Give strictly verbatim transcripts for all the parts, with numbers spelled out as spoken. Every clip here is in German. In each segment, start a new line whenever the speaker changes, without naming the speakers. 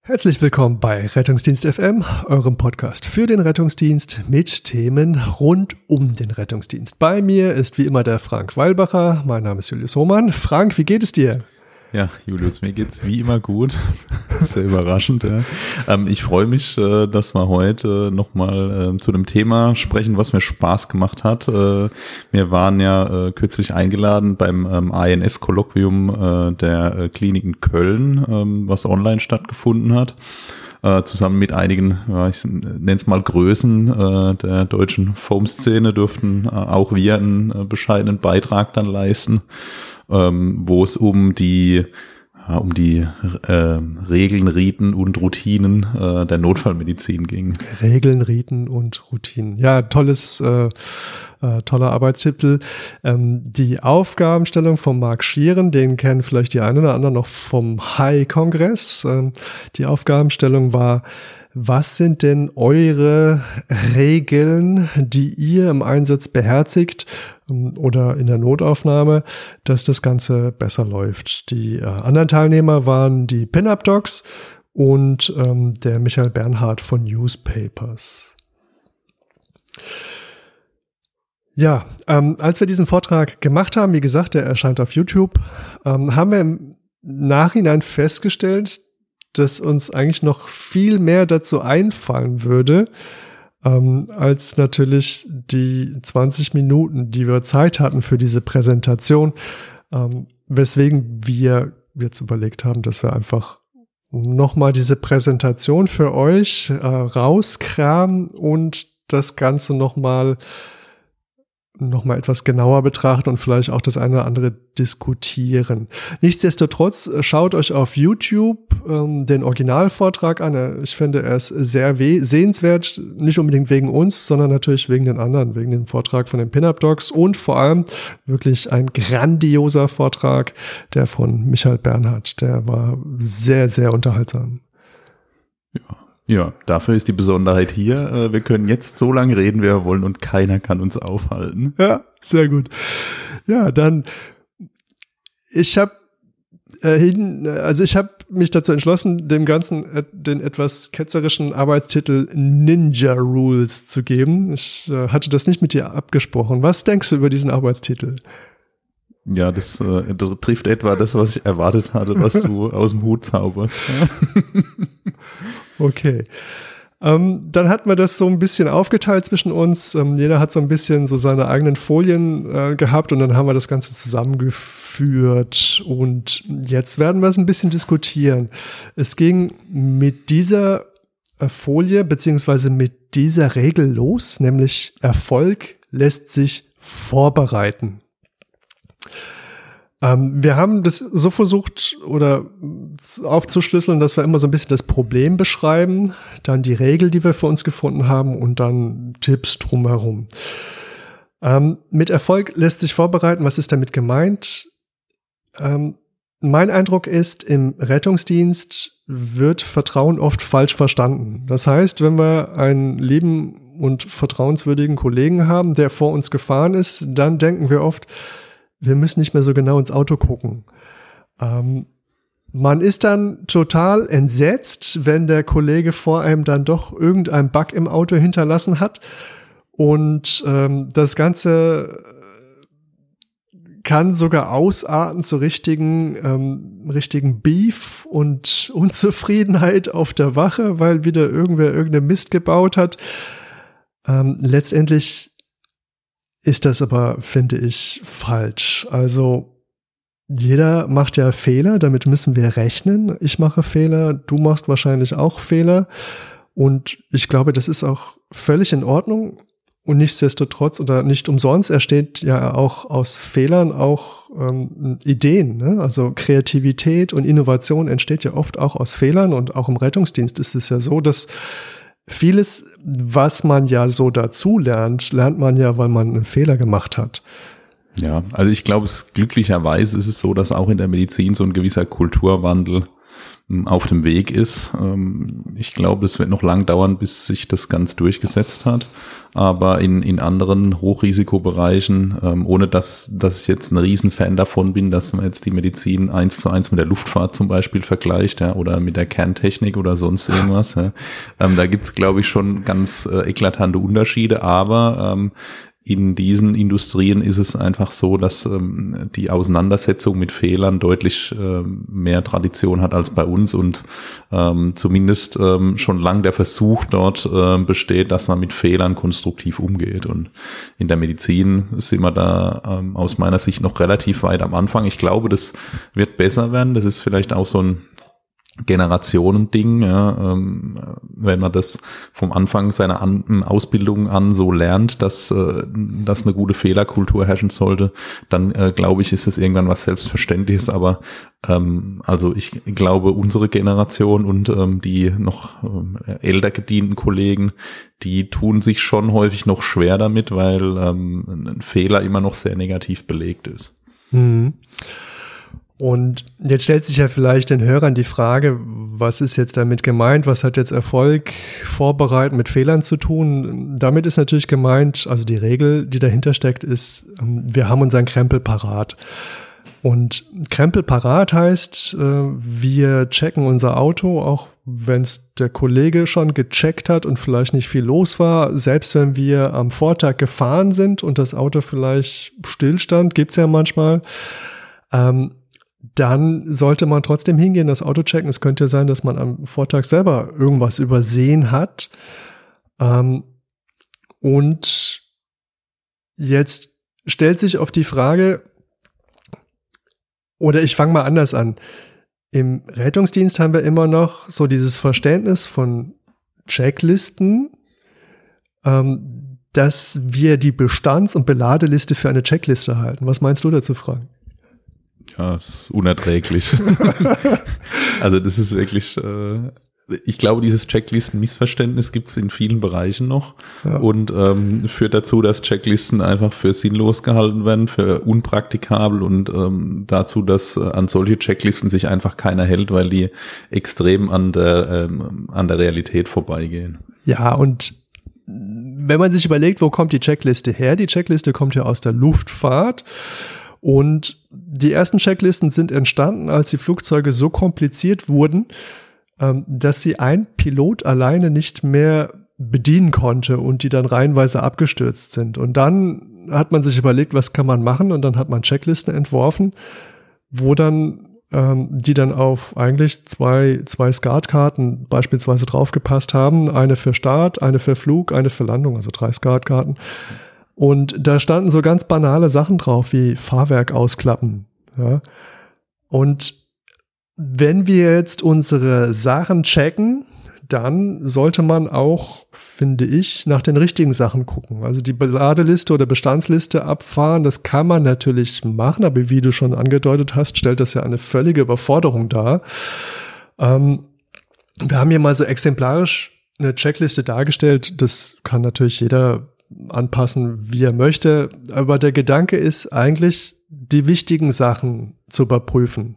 Herzlich willkommen bei Rettungsdienst F M, eurem Podcast für den Rettungsdienst mit Themen rund um den Rettungsdienst. Bei mir ist wie immer der Frank Weilbacher, mein Name ist Julius Hohmann. Frank, wie geht es dir?
Ja, Julius, mir geht's wie immer gut. Sehr überraschend. Ja. Ähm, ich freue mich, äh, dass wir heute nochmal äh, zu einem Thema sprechen, was mir Spaß gemacht hat. Äh, wir waren ja äh, kürzlich eingeladen beim ähm, A N S-Kolloquium äh, der äh, Klinik in Köln, ähm, was online stattgefunden hat. Äh, zusammen mit einigen, ja, ich nenne es mal Größen äh, der deutschen Foam-Szene durften äh, auch wir einen äh, bescheidenen Beitrag dann leisten. Ähm, wo es um die ja, um die äh, Regeln, Riten und Routinen äh, der Notfallmedizin ging.
Regeln, Riten und Routinen. Ja, tolles, äh, äh, toller Arbeitstitel. Ähm, die Aufgabenstellung von Marc Schieren, den kennen vielleicht die einen oder anderen noch vom H A I-Kongress. Ähm, die Aufgabenstellung war: Was sind denn eure Regeln, die ihr im Einsatz beherzigt oder in der Notaufnahme, dass das Ganze besser läuft? Die äh, anderen Teilnehmer waren die Pin-Up-Docs und ähm, der Michael Bernhard von Newspapers. Ja, ähm, als wir diesen Vortrag gemacht haben, wie gesagt, der erscheint auf YouTube, ähm, haben wir im Nachhinein festgestellt, dass uns eigentlich noch viel mehr dazu einfallen würde, ähm, als natürlich die zwanzig Minuten, die wir Zeit hatten für diese Präsentation, ähm, weswegen wir jetzt überlegt haben, dass wir einfach nochmal diese Präsentation für euch äh, rauskramen und das Ganze nochmal noch mal etwas genauer betrachten und vielleicht auch das eine oder andere diskutieren. Nichtsdestotrotz, schaut euch auf YouTube ähm, den Originalvortrag an. Ich finde, er ist sehr weh- sehenswert, nicht unbedingt wegen uns, sondern natürlich wegen den anderen, wegen dem Vortrag von den Pin-Up-Docs und vor allem wirklich ein grandioser Vortrag, der von Michael Bernhard. Der war sehr, sehr unterhaltsam.
Ja. Ja, dafür ist die Besonderheit hier. Wir können jetzt so lange reden, wie wir wollen, und keiner kann uns aufhalten.
Ja, sehr gut. Ja, dann, ich habe äh, hin, also ich habe mich dazu entschlossen, dem Ganzen äh, den etwas ketzerischen Arbeitstitel Ninja Rules zu geben. Ich äh, hatte das nicht mit dir abgesprochen. Was denkst du über diesen Arbeitstitel?
Ja, das, äh, das trifft etwa das, was ich erwartet hatte, was du aus dem Hut zauberst.
Okay. Ähm, dann hatten wir das so ein bisschen aufgeteilt zwischen uns. Ähm, jeder hat so ein bisschen so seine eigenen Folien äh, gehabt und dann haben wir das Ganze zusammengeführt. Und jetzt werden wir es ein bisschen diskutieren. Es ging mit dieser äh, Folie beziehungsweise mit dieser Regel los, nämlich Erfolg lässt sich vorbereiten. Ähm, wir haben das so versucht oder aufzuschlüsseln, dass wir immer so ein bisschen das Problem beschreiben, dann die Regel, die wir für uns gefunden haben und dann Tipps drumherum. Ähm, mit Erfolg lässt sich vorbereiten. Was ist damit gemeint? Ähm, mein Eindruck ist, im Rettungsdienst wird Vertrauen oft falsch verstanden. Das heißt, wenn wir einen lieben und vertrauenswürdigen Kollegen haben, der vor uns gefahren ist, dann denken wir oft, wir müssen nicht mehr so genau ins Auto gucken. Ähm, man ist dann total entsetzt, wenn der Kollege vor einem dann doch irgendeinen Bug im Auto hinterlassen hat. Und ähm, das Ganze kann sogar ausarten zu richtigen, ähm, richtigen Beef und Unzufriedenheit auf der Wache, weil wieder irgendwer irgendeinen Mist gebaut hat. Ähm, letztendlich ist das aber, finde ich, falsch. Also jeder macht ja Fehler, damit müssen wir rechnen. Ich mache Fehler, du machst wahrscheinlich auch Fehler. Und ich glaube, das ist auch völlig in Ordnung. Und nichtsdestotrotz oder nicht umsonst entsteht ja auch aus Fehlern auch ähm, Ideen. Ne? Also Kreativität und Innovation entsteht ja oft auch aus Fehlern. Und auch im Rettungsdienst ist es ja so, dass vieles, was man ja so dazu lernt, lernt man ja, weil man einen Fehler gemacht hat.
Ja, also ich glaube, es glücklicherweise ist es so, dass auch in der Medizin so ein gewisser Kulturwandel auf dem Weg ist. Ich glaube, es wird noch lang dauern, bis sich das ganz durchgesetzt hat. Aber in, in anderen Hochrisikobereichen, ohne dass, dass ich jetzt ein Riesenfan davon bin, dass man jetzt die Medizin eins zu eins mit der Luftfahrt zum Beispiel vergleicht, ja, oder mit der Kerntechnik oder sonst irgendwas. Ja. Da gibt's, glaube ich, schon ganz äh, eklatante Unterschiede, aber ähm, in diesen Industrien ist es einfach so, dass ähm, die Auseinandersetzung mit Fehlern deutlich ähm, mehr Tradition hat als bei uns und ähm, zumindest ähm, schon lang der Versuch dort äh, besteht, dass man mit Fehlern konstruktiv umgeht. Und in der Medizin sind wir da ähm, aus meiner Sicht noch relativ weit am Anfang. Ich glaube, das wird besser werden. Das ist vielleicht auch so ein Generationending, ja, ähm, wenn man das vom Anfang seiner an, Ausbildung an so lernt, dass, äh, dass eine gute Fehlerkultur herrschen sollte, dann äh, glaube ich, ist es irgendwann was Selbstverständliches, aber ähm, also ich glaube, unsere Generation und ähm, die noch ähm, älter gedienten Kollegen, die tun sich schon häufig noch schwer damit, weil ähm, ein Fehler immer noch sehr negativ belegt ist.
Mhm. Und jetzt stellt sich ja vielleicht den Hörern die Frage, was ist jetzt damit gemeint? Was hat jetzt Erfolg, Vorbereiten mit Fehlern zu tun? Damit ist natürlich gemeint, also die Regel, die dahinter steckt, ist, wir haben unseren Krempel parat. Und Krempel parat heißt, wir checken unser Auto, auch wenn es der Kollege schon gecheckt hat und vielleicht nicht viel los war. Selbst wenn wir am Vortag gefahren sind und das Auto vielleicht stillstand, gibt's ja manchmal, ähm, dann sollte man trotzdem hingehen, das Auto checken. Es könnte ja sein, dass man am Vortag selber irgendwas übersehen hat. Ähm, und jetzt stellt sich auf die Frage, oder ich fange mal anders an. Im Rettungsdienst haben wir immer noch so dieses Verständnis von Checklisten, ähm, dass wir die Bestands- und Beladeliste für eine Checkliste halten. Was meinst du dazu, Frank?
Ja, ist unerträglich. Also das ist wirklich, äh, ich glaube, dieses Checklisten-Missverständnis gibt es in vielen Bereichen noch, ja. Und ähm, führt dazu, dass Checklisten einfach für sinnlos gehalten werden, für unpraktikabel und ähm, dazu, dass äh, an solche Checklisten sich einfach keiner hält, weil die extrem an der, ähm, an der Realität vorbeigehen.
Ja, und wenn man sich überlegt, wo kommt die Checkliste her? Die Checkliste kommt ja aus der Luftfahrt. Und die ersten Checklisten sind entstanden, als die Flugzeuge so kompliziert wurden, ähm, dass sie ein Pilot alleine nicht mehr bedienen konnte und die dann reihenweise abgestürzt sind. Und dann hat man sich überlegt, was kann man machen? Und dann hat man Checklisten entworfen, wo dann ähm, die dann auf eigentlich zwei, zwei SCART-Karten beispielsweise draufgepasst haben. Eine für Start, eine für Flug, eine für Landung, also drei SCART-Karten. Und da standen so ganz banale Sachen drauf, wie Fahrwerk ausklappen. Ja. Und wenn wir jetzt unsere Sachen checken, dann sollte man auch, finde ich, nach den richtigen Sachen gucken. Also die Beladeliste oder Bestandsliste abfahren, das kann man natürlich machen, aber wie du schon angedeutet hast, stellt das ja eine völlige Überforderung dar. Ähm, wir haben hier mal so exemplarisch eine Checkliste dargestellt. Das kann natürlich jeder anpassen, wie er möchte. Aber der Gedanke ist eigentlich, die wichtigen Sachen zu überprüfen.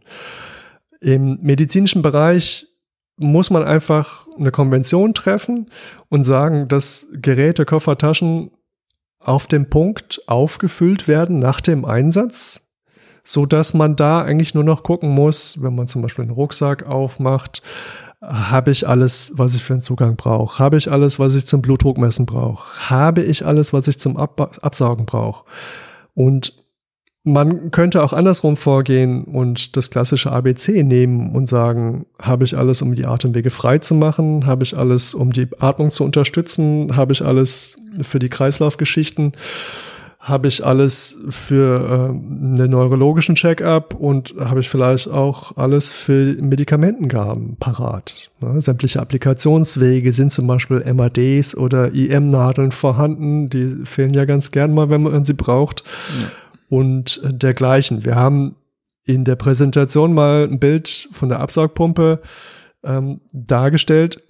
Im medizinischen Bereich muss man einfach eine Konvention treffen und sagen, dass Geräte, Koffer, Taschen auf dem Punkt aufgefüllt werden nach dem Einsatz, so dass man da eigentlich nur noch gucken muss, wenn man zum Beispiel einen Rucksack aufmacht, habe ich alles, was ich für einen Zugang brauche? Habe ich alles, was ich zum Blutdruckmessen brauche? Habe ich alles, was ich zum Ab- Absaugen brauche? Und man könnte auch andersrum vorgehen und das klassische A B C nehmen und sagen, habe ich alles, um die Atemwege frei zu machen? Habe ich alles, um die Atmung zu unterstützen? Habe ich alles für die Kreislaufgeschichten? Habe ich alles für äh, einen neurologischen Check-up und habe ich vielleicht auch alles für Medikamentengaben parat. Ne? Sämtliche Applikationswege sind zum Beispiel M A Ds oder I M-Nadeln vorhanden. Die fehlen ja ganz gern mal, wenn man sie braucht. Ja. Und dergleichen. Wir haben in der Präsentation mal ein Bild von der Absaugpumpe ähm, dargestellt.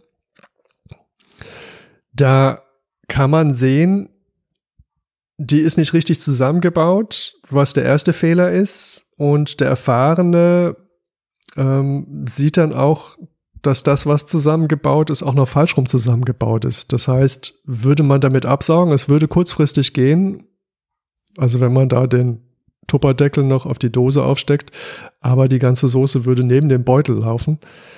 Da kann man sehen, die ist nicht richtig zusammengebaut, was der erste Fehler ist. Und der Erfahrene ähm, sieht dann auch, dass das, was zusammengebaut ist, auch noch falsch rum zusammengebaut ist. Das heißt, würde man damit absaugen, es würde kurzfristig gehen, also wenn man da den Tupperdeckel noch auf die Dose aufsteckt, aber die ganze Soße würde neben dem Beutel laufen.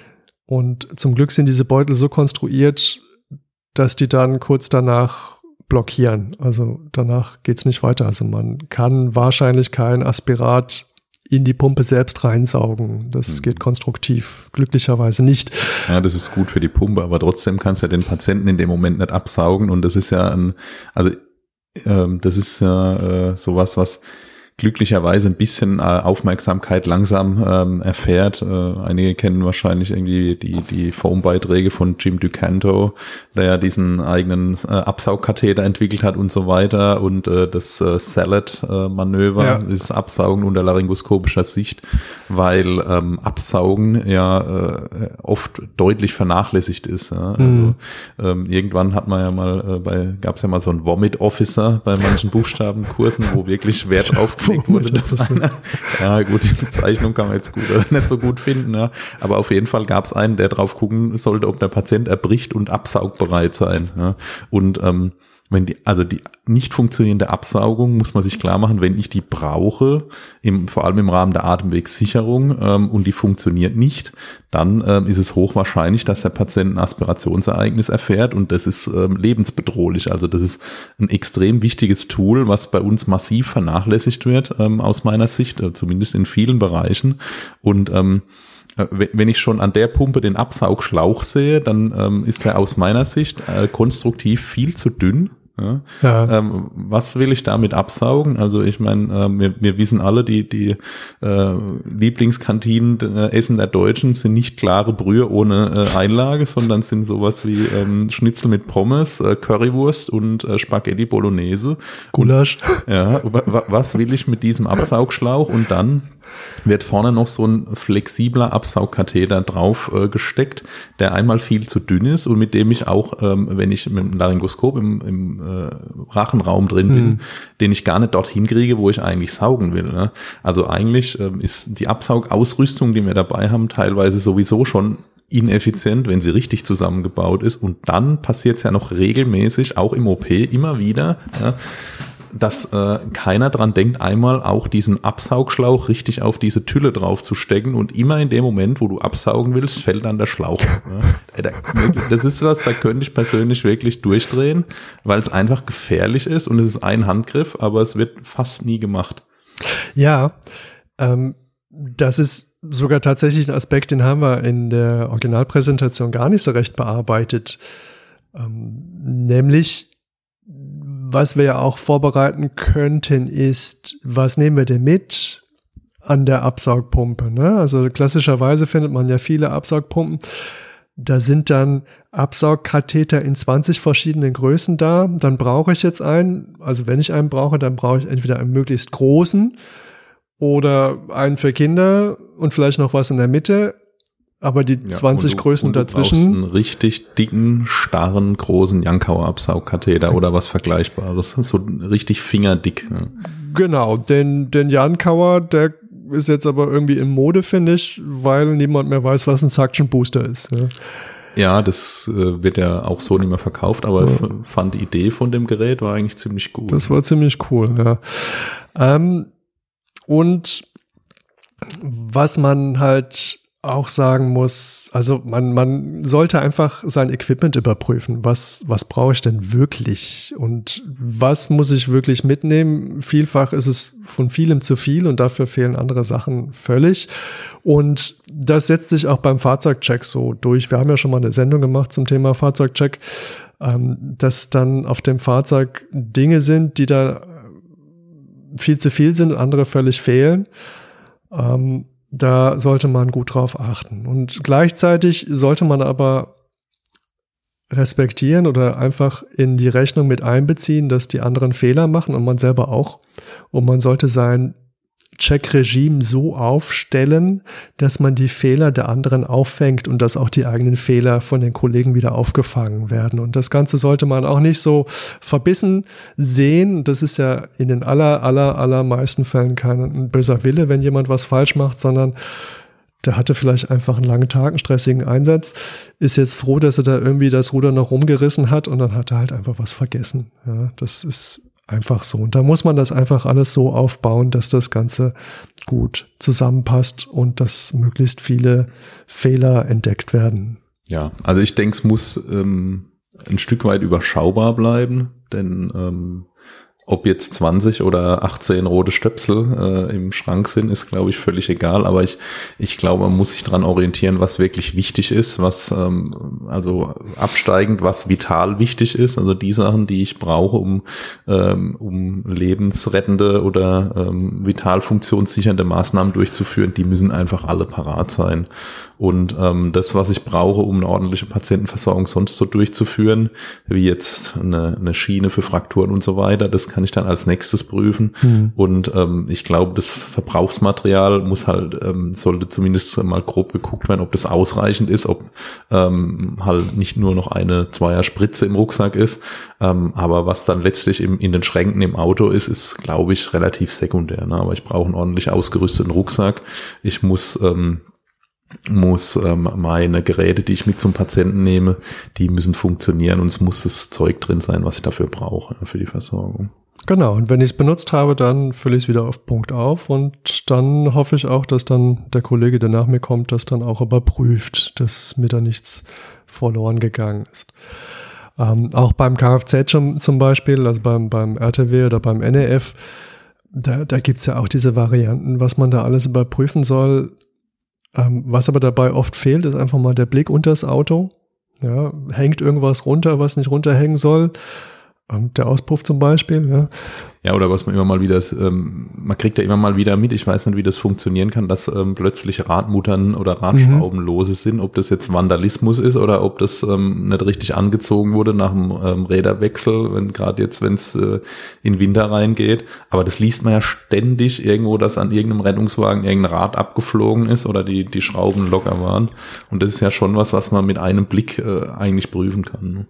Und zum Glück sind diese Beutel so konstruiert, dass die dann kurz danach blockieren. Also danach geht's nicht weiter. Also man kann wahrscheinlich kein Aspirat in die Pumpe selbst reinsaugen. Das mhm. geht konstruktiv glücklicherweise nicht.
Ja, das ist gut für die Pumpe, aber trotzdem kannst du ja den Patienten in dem Moment nicht absaugen. Und das ist ja ein, also ähm, das ist ja äh, sowas, was glücklicherweise ein bisschen äh, Aufmerksamkeit langsam ähm, erfährt. Äh, einige kennen wahrscheinlich irgendwie die die Foam-Beiträge von Jim Ducanto, der ja diesen eigenen äh, Absaugkatheter entwickelt hat und so weiter, und äh, das äh, Salad-Manöver, ja. das Absaugen unter laryngoskopischer Sicht, weil ähm, Absaugen ja äh, oft deutlich vernachlässigt ist. Ja? Also mhm. ähm, irgendwann hat man ja mal äh, bei gab es ja mal so einen Vomit-Officer bei manchen Buchstabenkursen, wo wirklich Wert auf wurde, das einer, ja gut, die Bezeichnung kann man jetzt gut oder nicht so gut finden, ja. Aber auf jeden Fall gab es einen, der drauf gucken sollte, ob der Patient erbricht und absaugbereit sein. Ja. Und ähm, wenn die, also die nicht funktionierende Absaugung, muss man sich klar machen, wenn ich die brauche, im, vor allem im Rahmen der Atemwegssicherung, ähm, und die funktioniert nicht, dann ähm, ist es hochwahrscheinlich, dass der Patient ein Aspirationsereignis erfährt, und das ist ähm, lebensbedrohlich. Also das ist ein extrem wichtiges Tool, was bei uns massiv vernachlässigt wird, ähm, aus meiner Sicht, äh, zumindest in vielen Bereichen. Und ähm, wenn ich schon an der Pumpe den Absaugschlauch sehe, dann ähm, ist der aus meiner Sicht äh, konstruktiv viel zu dünn. Ja. Ja. Ähm, was will ich damit absaugen? Also ich meine, äh, wir, wir wissen alle, die die äh, Lieblingskantinen äh, Essen der Deutschen sind nicht klare Brühe ohne äh, Einlage, sondern sind sowas wie ähm, Schnitzel mit Pommes, äh, Currywurst und äh, Spaghetti Bolognese.
Gulasch.
Ja, wa- was will ich mit diesem Absaugschlauch? Und dann wird vorne noch so ein flexibler Absaugkatheter drauf äh, gesteckt, der einmal viel zu dünn ist und mit dem ich auch, ähm, wenn ich mit dem Laryngoskop im, im äh, Rachenraum drin bin, mhm. den ich gar nicht dorthin kriege, wo ich eigentlich saugen will. Ne? Also eigentlich ähm, ist die Absaugausrüstung, die wir dabei haben, teilweise sowieso schon ineffizient, wenn sie richtig zusammengebaut ist. Und dann passiert es ja noch regelmäßig, auch im O P, immer wieder, ja, dass äh, keiner dran denkt, einmal auch diesen Absaugschlauch richtig auf diese Tülle drauf zu stecken, und immer in dem Moment, wo du absaugen willst, fällt dann der Schlauch. Ja. Das ist was, da könnte ich persönlich wirklich durchdrehen, weil es einfach gefährlich ist, und es ist ein Handgriff, aber es wird fast nie gemacht.
Ja, ähm, das ist sogar tatsächlich ein Aspekt, den haben wir in der Originalpräsentation gar nicht so recht bearbeitet. Ähm, nämlich was wir ja auch vorbereiten könnten, ist, was nehmen wir denn mit an der Absaugpumpe? Ne? Also klassischerweise findet man ja viele Absaugpumpen. Da sind dann Absaugkatheter in zwanzig verschiedenen Größen da. Dann brauche ich jetzt einen. Also wenn ich einen brauche, dann brauche ich entweder einen möglichst großen oder einen für Kinder und vielleicht noch was in der Mitte. Aber die ja, zwanzig und du, Größen und du dazwischen.
Du brauchst einen richtig dicken, starren, großen Jankauer Absaugkatheter oder was Vergleichbares. So richtig fingerdick. Ja.
Genau, den, den Jankauer, der ist jetzt aber irgendwie in Mode, finde ich, weil niemand mehr weiß, was ein Suction Booster ist. Ja,
ja das äh, wird ja auch so nicht mehr verkauft, aber ja. ich fand die Idee von dem Gerät war eigentlich ziemlich gut.
Das war ziemlich cool, ja. Ähm, und was man halt auch sagen muss, also man, man sollte einfach sein Equipment überprüfen. Was, was brauche ich denn wirklich? Und was muss ich wirklich mitnehmen? Vielfach ist es von vielem zu viel und dafür fehlen andere Sachen völlig. Und das setzt sich auch beim Fahrzeugcheck so durch. Wir haben ja schon mal eine Sendung gemacht zum Thema Fahrzeugcheck, ähm, dass dann auf dem Fahrzeug Dinge sind, die da viel zu viel sind und andere völlig fehlen. Ähm, Da sollte man gut drauf achten. Und gleichzeitig sollte man aber respektieren oder einfach in die Rechnung mit einbeziehen, dass die anderen Fehler machen und man selber auch. Und man sollte sein Check-Regime so aufstellen, dass man die Fehler der anderen auffängt und dass auch die eigenen Fehler von den Kollegen wieder aufgefangen werden. Und das Ganze sollte man auch nicht so verbissen sehen. Das ist ja in den aller, aller, allermeisten Fällen kein böser Wille, wenn jemand was falsch macht, sondern der hatte vielleicht einfach einen langen Tag, einen stressigen Einsatz, ist jetzt froh, dass er da irgendwie das Ruder noch rumgerissen hat und dann hat er halt einfach was vergessen. Ja, das ist einfach so. Und da muss man das einfach alles so aufbauen, dass das Ganze gut zusammenpasst und dass möglichst viele Fehler entdeckt werden.
Ja, also ich denke, es muss ähm, ein Stück weit überschaubar bleiben, denn ähm, ob jetzt zwanzig oder achtzehn rote Stöpsel äh, im Schrank sind, ist, glaube ich, völlig egal. Aber ich ich glaube, man muss sich dran orientieren, was wirklich wichtig ist, was ähm, also absteigend, was vital wichtig ist. Also die Sachen, die ich brauche, um ähm, um lebensrettende oder ähm, vital funktionssichernde Maßnahmen durchzuführen, die müssen einfach alle parat sein. Und ähm, das, was ich brauche, um eine ordentliche Patientenversorgung sonst so durchzuführen, wie jetzt eine, eine Schiene für Frakturen und so weiter, das kann ich dann als nächstes prüfen. Mhm. Und ähm, ich glaube, das Verbrauchsmaterial muss halt, ähm, sollte zumindest mal grob geguckt werden, ob das ausreichend ist, ob ähm, halt nicht nur noch eine Zweier-Spritze im Rucksack ist. Ähm, aber was dann letztlich im, in den Schränken im Auto ist, ist, glaube ich, relativ sekundär. Ne? Aber ich brauche einen ordentlich ausgerüsteten Rucksack. Ich muss ähm, muss ähm, meine Geräte, die ich mit zum Patienten nehme, die müssen funktionieren und es muss das Zeug drin sein, was ich dafür brauche, für die Versorgung.
Genau, und wenn ich es benutzt habe, dann fülle ich es wieder auf Punkt auf und dann hoffe ich auch, dass dann der Kollege, der nach mir kommt, das dann auch überprüft, dass mir da nichts verloren gegangen ist. Ähm, auch beim Kfz zum, zum Beispiel, also beim, beim R T W oder beim N E F, da, da gibt es ja auch diese Varianten, was man da alles überprüfen soll. Ähm, was aber dabei oft fehlt, ist einfach mal der Blick unter das Auto. Ja, hängt irgendwas runter, was nicht runterhängen soll. Ähm, der Auspuff zum Beispiel. Ja.
Ja, oder was man immer mal wieder, ähm, man kriegt ja immer mal wieder mit, ich weiß nicht, wie das funktionieren kann, dass ähm, plötzlich Radmuttern oder Radschrauben mhm. lose sind, ob das jetzt Vandalismus ist oder ob das ähm, nicht richtig angezogen wurde nach dem ähm, Räderwechsel, wenn gerade jetzt, wenn es äh, in Winter reingeht. Aber das liest man ja ständig irgendwo, dass an irgendeinem Rettungswagen irgendein Rad abgeflogen ist oder die die Schrauben locker waren. Und das ist ja schon was, was man mit einem Blick äh, eigentlich prüfen kann. Ne?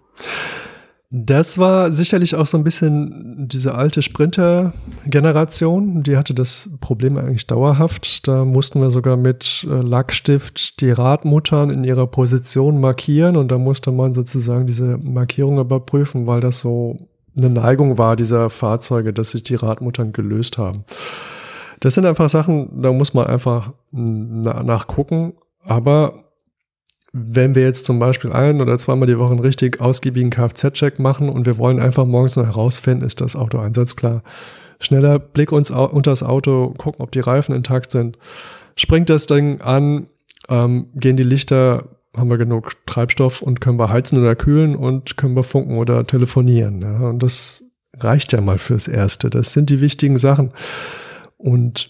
Das war sicherlich auch so ein bisschen diese alte Sprinter-Generation, die hatte das Problem eigentlich dauerhaft. Da mussten wir sogar mit Lackstift die Radmuttern in ihrer Position markieren und da musste man sozusagen diese Markierung überprüfen, weil das so eine Neigung war dieser Fahrzeuge, dass sich die Radmuttern gelöst haben. Das sind einfach Sachen, da muss man einfach nachgucken, aber wenn wir jetzt zum Beispiel ein- oder zweimal die Woche einen richtig ausgiebigen Kfz-Check machen und wir wollen einfach morgens noch herausfinden, ist das Auto einsatzklar. Schneller Blick uns au- unter das Auto, gucken, ob die Reifen intakt sind. Springt das Ding an, ähm, gehen die Lichter, haben wir genug Treibstoff und können wir heizen oder kühlen und können wir funken oder telefonieren. Ja, und das reicht ja mal fürs Erste. Das sind die wichtigen Sachen. Und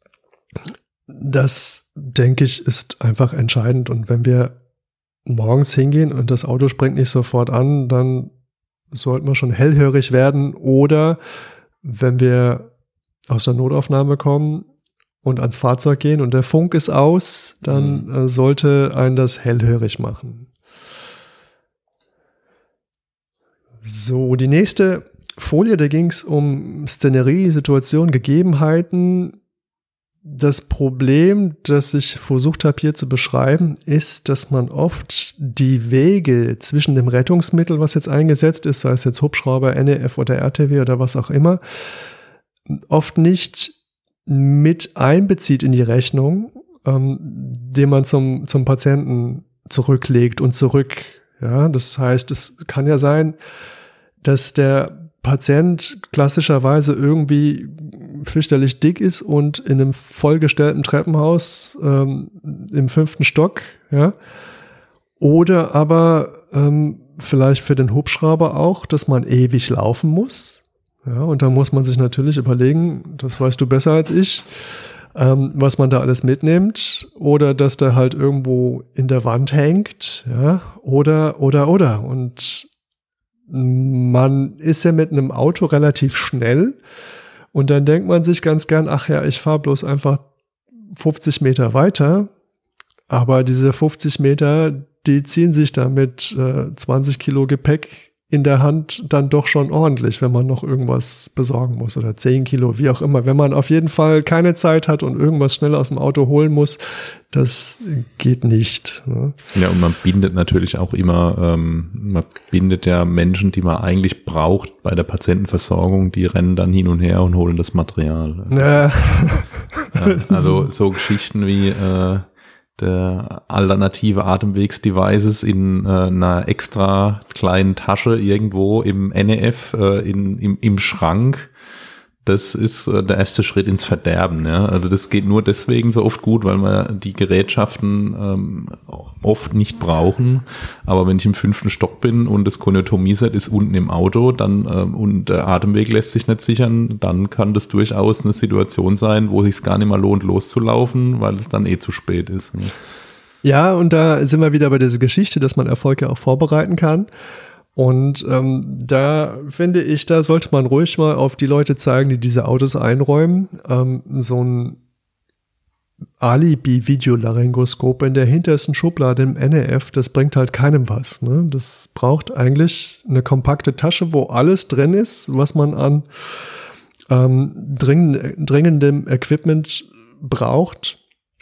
das, denke ich, ist einfach entscheidend. Und wenn wir morgens hingehen und das Auto springt nicht sofort an, dann sollten wir schon hellhörig werden. Oder wenn wir aus der Notaufnahme kommen und ans Fahrzeug gehen und der Funk ist aus, dann mhm. äh, sollte einen das hellhörig machen. So, die nächste Folie, da ging es um Szenerie, Situation, Gegebenheiten. Das Problem, das ich versucht habe hier zu beschreiben, ist, dass man oft die Wege zwischen dem Rettungsmittel, was jetzt eingesetzt ist, sei es jetzt Hubschrauber, N E F oder R T W oder was auch immer, oft nicht mit einbezieht in die Rechnung, ähm, den man zum, zum Patienten zurücklegt und zurück. Ja, das heißt, es kann ja sein, dass der Patient klassischerweise irgendwie fürchterlich dick ist und in einem vollgestellten Treppenhaus ähm, im fünften Stock, ja, oder aber ähm, vielleicht für den Hubschrauber auch, dass man ewig laufen muss, ja, und da muss man sich natürlich überlegen, das weißt du besser als ich, ähm, was man da alles mitnimmt, oder dass der halt irgendwo in der Wand hängt, ja, oder, oder, oder, und man ist ja mit einem Auto relativ schnell und dann denkt man sich ganz gern, ach ja, ich fahre bloß einfach fünfzig Meter weiter, aber diese fünfzig Meter, die ziehen sich da mit äh, zwanzig Kilo Gepäck in der Hand dann doch schon ordentlich, wenn man noch irgendwas besorgen muss oder zehn Kilo, wie auch immer. Wenn man auf jeden Fall keine Zeit hat und irgendwas schnell aus dem Auto holen muss, das geht nicht. Ne?
Ja, und man bindet natürlich auch immer, ähm, man bindet ja Menschen, die man eigentlich braucht bei der Patientenversorgung, die rennen dann hin und her und holen das Material.
Ja.
Ist, ja, also so Geschichten wie äh, der alternative Atemwegsdevices in äh, einer extra kleinen Tasche irgendwo im N E F äh, in, im, im Schrank, das ist äh, der erste Schritt ins Verderben. Ja? Also das geht nur deswegen so oft gut, weil wir die Gerätschaften ähm, oft nicht brauchen. Aber wenn ich im fünften Stock bin und das Koniotomie-Set ist unten im Auto, dann ähm, und der Atemweg lässt sich nicht sichern, dann kann das durchaus eine Situation sein, wo es sich gar nicht mehr lohnt, loszulaufen, weil es dann eh zu spät ist. Ne?
Ja, und da sind wir wieder bei dieser Geschichte, dass man Erfolg ja auch vorbereiten kann. Und ähm, da finde ich, da sollte man ruhig mal auf die Leute zeigen, die diese Autos einräumen. Ähm, so ein Alibi-Videolaryngoskop in der hintersten Schublade im N E F, das bringt halt keinem was. Ne? Das braucht eigentlich eine kompakte Tasche, wo alles drin ist, was man an ähm, dringend, dringendem Equipment braucht,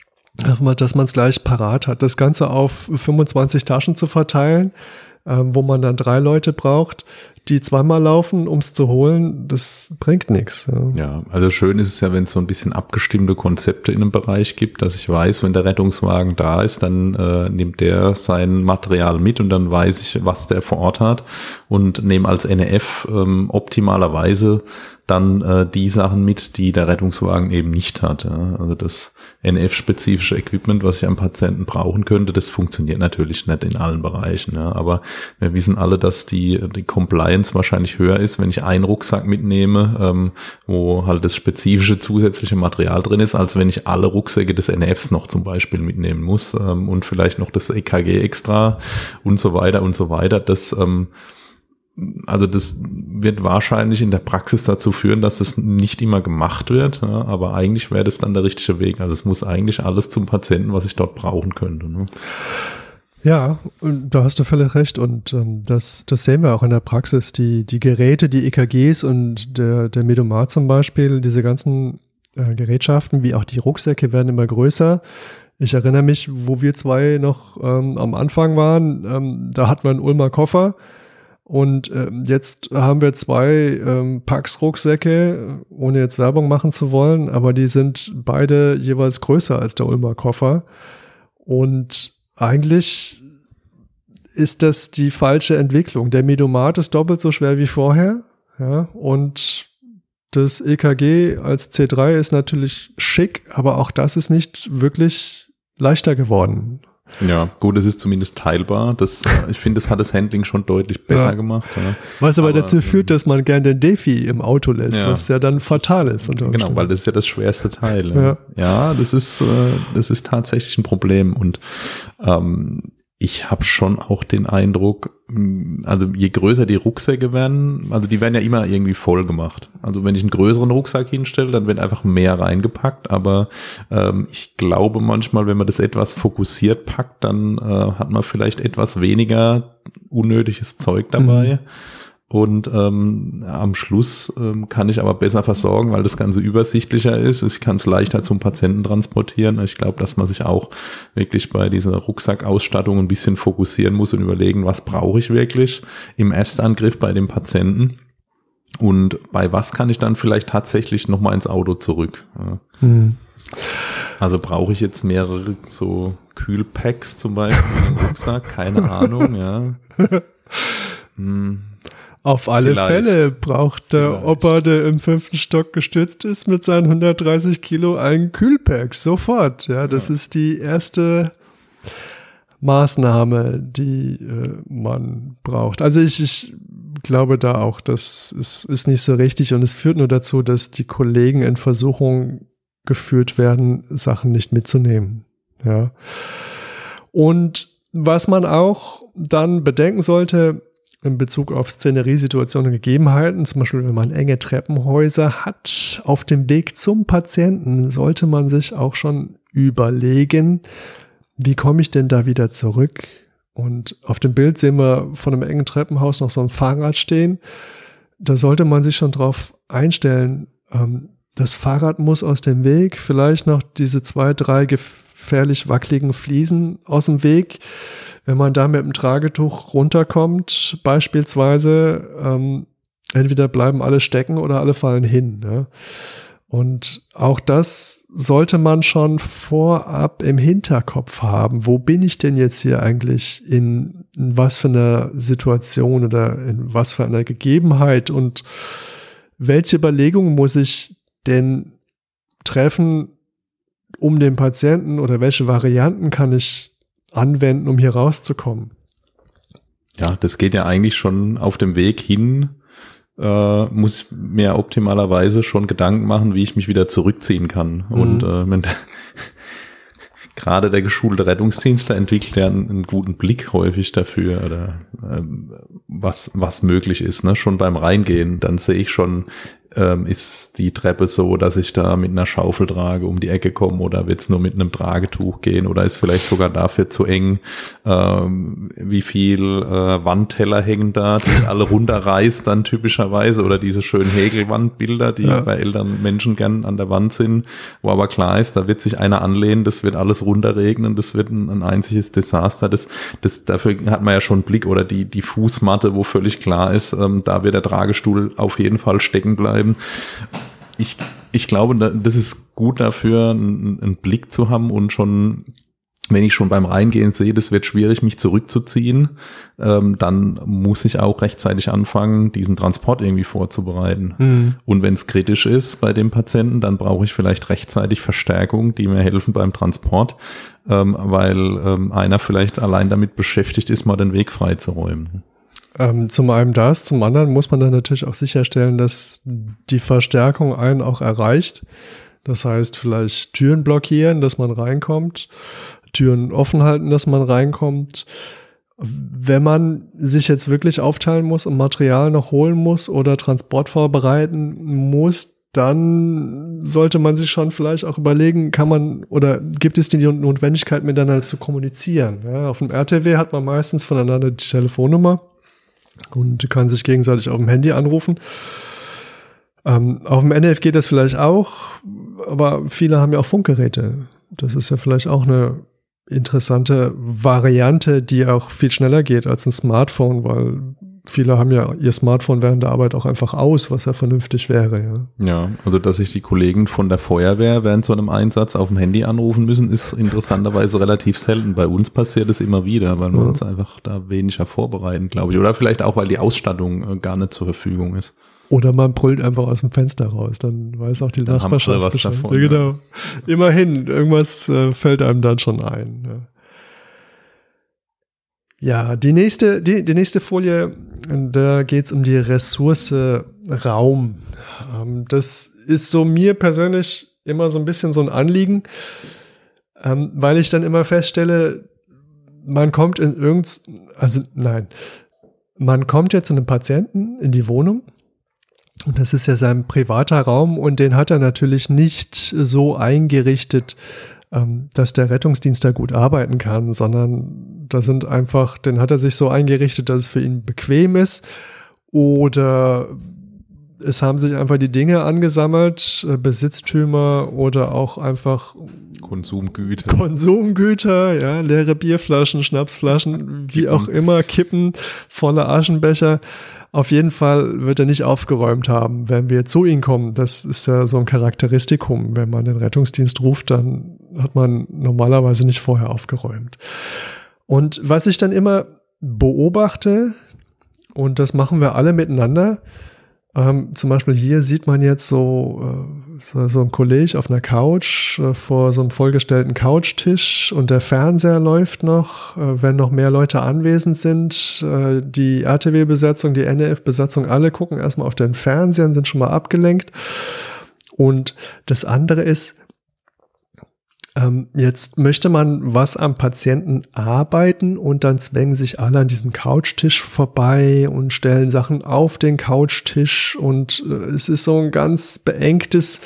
dass man es gleich parat hat. Das Ganze auf fünfundzwanzig Taschen zu verteilen, Ähm, wo man dann drei Leute braucht, die zweimal laufen, um es zu holen, das bringt nichts. Ja.
ja, also schön ist es ja, wenn es so ein bisschen abgestimmte Konzepte in einem Bereich gibt, dass ich weiß, wenn der Rettungswagen da ist, dann äh, nimmt der sein Material mit und dann weiß ich, was der vor Ort hat und nehme als N E F ähm, optimalerweise dann äh, die Sachen mit, die der Rettungswagen eben nicht hat. Ja. Also das N E F-spezifische Equipment, was ich am Patienten brauchen könnte, das funktioniert natürlich nicht in allen Bereichen. Ja. Aber wir wissen alle, dass die, die Compliance wahrscheinlich höher ist, wenn ich einen Rucksack mitnehme, ähm, wo halt das spezifische zusätzliche Material drin ist, als wenn ich alle Rucksäcke des N E Fs noch zum Beispiel mitnehmen muss ähm, und vielleicht noch das E K G extra und so weiter und so weiter. Das ähm, Also das wird wahrscheinlich in der Praxis dazu führen, dass das nicht immer gemacht wird, ja, aber eigentlich wäre das dann der richtige Weg. Also es muss eigentlich alles zum Patienten, was ich dort brauchen könnte. Ne?
Ja, und da hast du völlig recht und ähm, das, das sehen wir auch in der Praxis. Die, die Geräte, die E K Gs und der, der Medomat zum Beispiel, diese ganzen äh, Gerätschaften, wie auch die Rucksäcke werden immer größer. Ich erinnere mich, wo wir zwei noch ähm, am Anfang waren, ähm, da hatten wir einen Ulmer Koffer. Und ähm, jetzt haben wir zwei ähm, Pax-Rucksäcke, ohne jetzt Werbung machen zu wollen, aber die sind beide jeweils größer als der Ulmer Koffer. Und eigentlich ist das die falsche Entwicklung. Der Medomat ist doppelt so schwer wie vorher, ja, und das E K G als C drei ist natürlich schick, aber auch das ist nicht wirklich leichter geworden.
Ja, gut, es ist zumindest teilbar. Das, ich finde, das hat das Handling schon deutlich besser ja. gemacht. Ja.
Was aber, aber dazu führt, dass man gerne den Defi im Auto lässt, ja, was ja dann fatal ist. ist
genau, weil das ist ja das schwerste Teil. Ja, ja das ist, das ist tatsächlich ein Problem. Und ähm, ich habe schon auch den Eindruck, also je größer die Rucksäcke werden, also die werden ja immer irgendwie voll gemacht. Also wenn ich einen größeren Rucksack hinstelle, dann wird einfach mehr reingepackt. Aber ähm, ich glaube manchmal, wenn man das etwas fokussiert packt, dann äh, hat man vielleicht etwas weniger unnötiges Zeug dabei. Mhm. Und ähm, am Schluss ähm, kann ich aber besser versorgen, weil das Ganze übersichtlicher ist. Ich kann es leichter zum Patienten transportieren. Ich glaube, dass man sich auch wirklich bei dieser Rucksackausstattung ein bisschen fokussieren muss und überlegen, was brauche ich wirklich im Erstangriff bei dem Patienten und bei was kann ich dann vielleicht tatsächlich nochmal ins Auto zurück. Ja. Mhm. Also brauche ich jetzt mehrere so Kühlpacks zum Beispiel im Rucksack? Keine Ahnung, ja. Hm.
Auf alle Vielleicht. Fälle braucht der Vielleicht. Opa, der im fünften Stock gestürzt ist, mit seinen hundertdreißig Kilo einen Kühlpack. Sofort. Ja, das ja. ist die erste Maßnahme, die äh, man braucht. Also ich, ich glaube da auch, das ist, ist nicht so richtig und es führt nur dazu, dass die Kollegen in Versuchung geführt werden, Sachen nicht mitzunehmen. Ja. Und was man auch dann bedenken sollte, in Bezug auf Szeneriesituationen und Gegebenheiten, zum Beispiel wenn man enge Treppenhäuser hat, auf dem Weg zum Patienten sollte man sich auch schon überlegen, wie komme ich denn da wieder zurück, Und auf dem Bild sehen wir von einem engen Treppenhaus noch so ein Fahrrad stehen. Da sollte man sich schon drauf einstellen. Ähm, das Fahrrad muss aus dem Weg, vielleicht noch diese zwei, drei gefährlich wackeligen Fliesen aus dem Weg. Wenn man da mit dem Tragetuch runterkommt, beispielsweise, ähm, entweder bleiben alle stecken oder alle fallen hin. Ne? Und auch das sollte man schon vorab im Hinterkopf haben. Wo bin ich denn jetzt hier eigentlich in, in was für einer Situation oder in was für einer Gegebenheit und welche Überlegungen muss ich denn treffen, um den Patienten oder welche Varianten kann ich anwenden, um hier rauszukommen?
Ja, das geht ja eigentlich schon auf dem Weg hin. Uh, muss mir optimalerweise schon Gedanken machen, wie ich mich wieder zurückziehen kann. Mhm. Und äh, wenn gerade der geschulte Rettungsdienstler entwickelt ja einen, einen guten Blick häufig dafür, oder äh, was was möglich ist. Ne? Schon beim Reingehen, dann sehe ich schon, ähm, ist die Treppe so, dass ich da mit einer Schaufel trage, um die Ecke komme, oder wird es nur mit einem Tragetuch gehen, oder ist vielleicht sogar dafür zu eng, ähm, wie viel äh, Wandteller hängen da, die alle runterreißt dann typischerweise, oder diese schönen Häkelwandbilder, die ja. bei älteren Menschen gern an der Wand sind, wo aber klar ist, da wird sich einer anlehnen, das wird alles runterregnen, das wird ein, ein einziges Desaster, das, das, dafür hat man ja schon einen Blick, oder die, die Fußmatte, wo völlig klar ist, ähm, da wird der Tragestuhl auf jeden Fall stecken bleiben. Ich, ich glaube, das ist gut dafür, einen, einen Blick zu haben und schon, wenn ich schon beim Reingehen sehe, das wird schwierig, mich zurückzuziehen, ähm, dann muss ich auch rechtzeitig anfangen, diesen Transport irgendwie vorzubereiten. Mhm. Und wenn es kritisch ist bei dem Patienten, dann brauche ich vielleicht rechtzeitig Verstärkung, die mir helfen beim Transport, ähm, weil ähm, einer vielleicht allein damit beschäftigt ist, mal den Weg freizuräumen.
Ähm, zum einen das, zum anderen muss man dann natürlich auch sicherstellen, dass die Verstärkung einen auch erreicht. Das heißt, vielleicht Türen blockieren, dass man reinkommt, Türen offen halten, dass man reinkommt. Wenn man sich jetzt wirklich aufteilen muss und Material noch holen muss oder Transport vorbereiten muss, dann sollte man sich schon vielleicht auch überlegen, kann man oder gibt es die Notwendigkeit, miteinander zu kommunizieren. Ja, auf dem R T W hat man meistens voneinander die Telefonnummer und kann sich gegenseitig auf dem Handy anrufen. Ähm, auf dem N F geht das vielleicht auch, aber viele haben ja auch Funkgeräte. Das ist ja vielleicht auch eine interessante Variante, die auch viel schneller geht als ein Smartphone, weil viele haben ja ihr Smartphone während der Arbeit auch einfach aus, was ja vernünftig wäre. Ja,
ja, also dass sich die Kollegen von der Feuerwehr während so einem Einsatz auf dem Handy anrufen müssen, ist interessanterweise relativ selten. Bei uns passiert es immer wieder, weil wir ja. uns einfach da weniger vorbereiten, glaube ich. Oder vielleicht auch, weil die Ausstattung gar nicht zur Verfügung ist.
Oder man brüllt einfach aus dem Fenster raus, dann weiß auch die dann Nachbarschaft
haben alle was davon.
Ja, genau. Ja. Immerhin, irgendwas äh, fällt einem dann schon ein. Ja. Ja, die nächste, die, die nächste Folie, da geht's um die Ressource Raum. Ähm, das ist so mir persönlich immer so ein bisschen so ein Anliegen, ähm, weil ich dann immer feststelle, man kommt in irgend, also nein, man kommt jetzt zu einem Patienten in die Wohnung und das ist ja sein privater Raum und den hat er natürlich nicht so eingerichtet, dass der Rettungsdienst da gut arbeiten kann, sondern da sind einfach, den hat er sich so eingerichtet, dass es für ihn bequem ist, oder es haben sich einfach die Dinge angesammelt, Besitztümer oder auch einfach
Konsumgüter.
Konsumgüter, ja, leere Bierflaschen, Schnapsflaschen, wie auch immer, Kippen, volle Aschenbecher. Auf jeden Fall wird er nicht aufgeräumt haben, wenn wir zu ihm kommen. Das ist ja so ein Charakteristikum. Wenn man den Rettungsdienst ruft, dann hat man normalerweise nicht vorher aufgeräumt. Und was ich dann immer beobachte, und das machen wir alle miteinander, ähm, zum Beispiel hier sieht man jetzt so, äh, so, so ein Kollege auf einer Couch äh, vor so einem vollgestellten Couchtisch und der Fernseher läuft noch, äh, wenn noch mehr Leute anwesend sind. Äh, die R T W-Besetzung, die N E F-Besetzung, alle gucken erstmal auf den Fernseher und sind schon mal abgelenkt. Und das andere ist, Ähm, jetzt möchte man was am Patienten arbeiten und dann zwängen sich alle an diesem Couchtisch vorbei und stellen Sachen auf den Couchtisch und äh, es ist so ein ganz beengtes,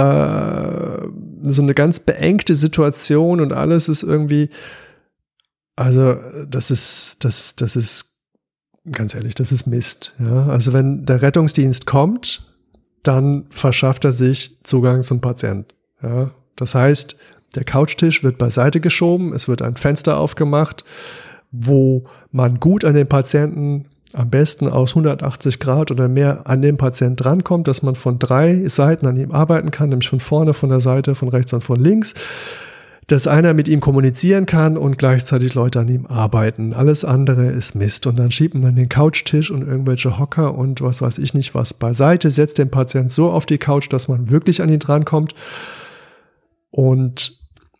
äh, so eine ganz beengte Situation und alles ist irgendwie Also das ist, das, das ist, ganz ehrlich, das ist Mist. Ja? Also wenn der Rettungsdienst kommt, dann verschafft er sich Zugang zum Patient. Ja? Das heißt, der Couchtisch wird beiseite geschoben, es wird ein Fenster aufgemacht, wo man gut an den Patienten, am besten aus hundertachtzig Grad oder mehr an den Patient drankommt, dass man von drei Seiten an ihm arbeiten kann, nämlich von vorne, von der Seite, von rechts und von links, dass einer mit ihm kommunizieren kann und gleichzeitig Leute an ihm arbeiten. Alles andere ist Mist. Und dann schiebt man den Couchtisch und irgendwelche Hocker und was weiß ich nicht was beiseite, setzt den Patient so auf die Couch, dass man wirklich an ihn drankommt. Und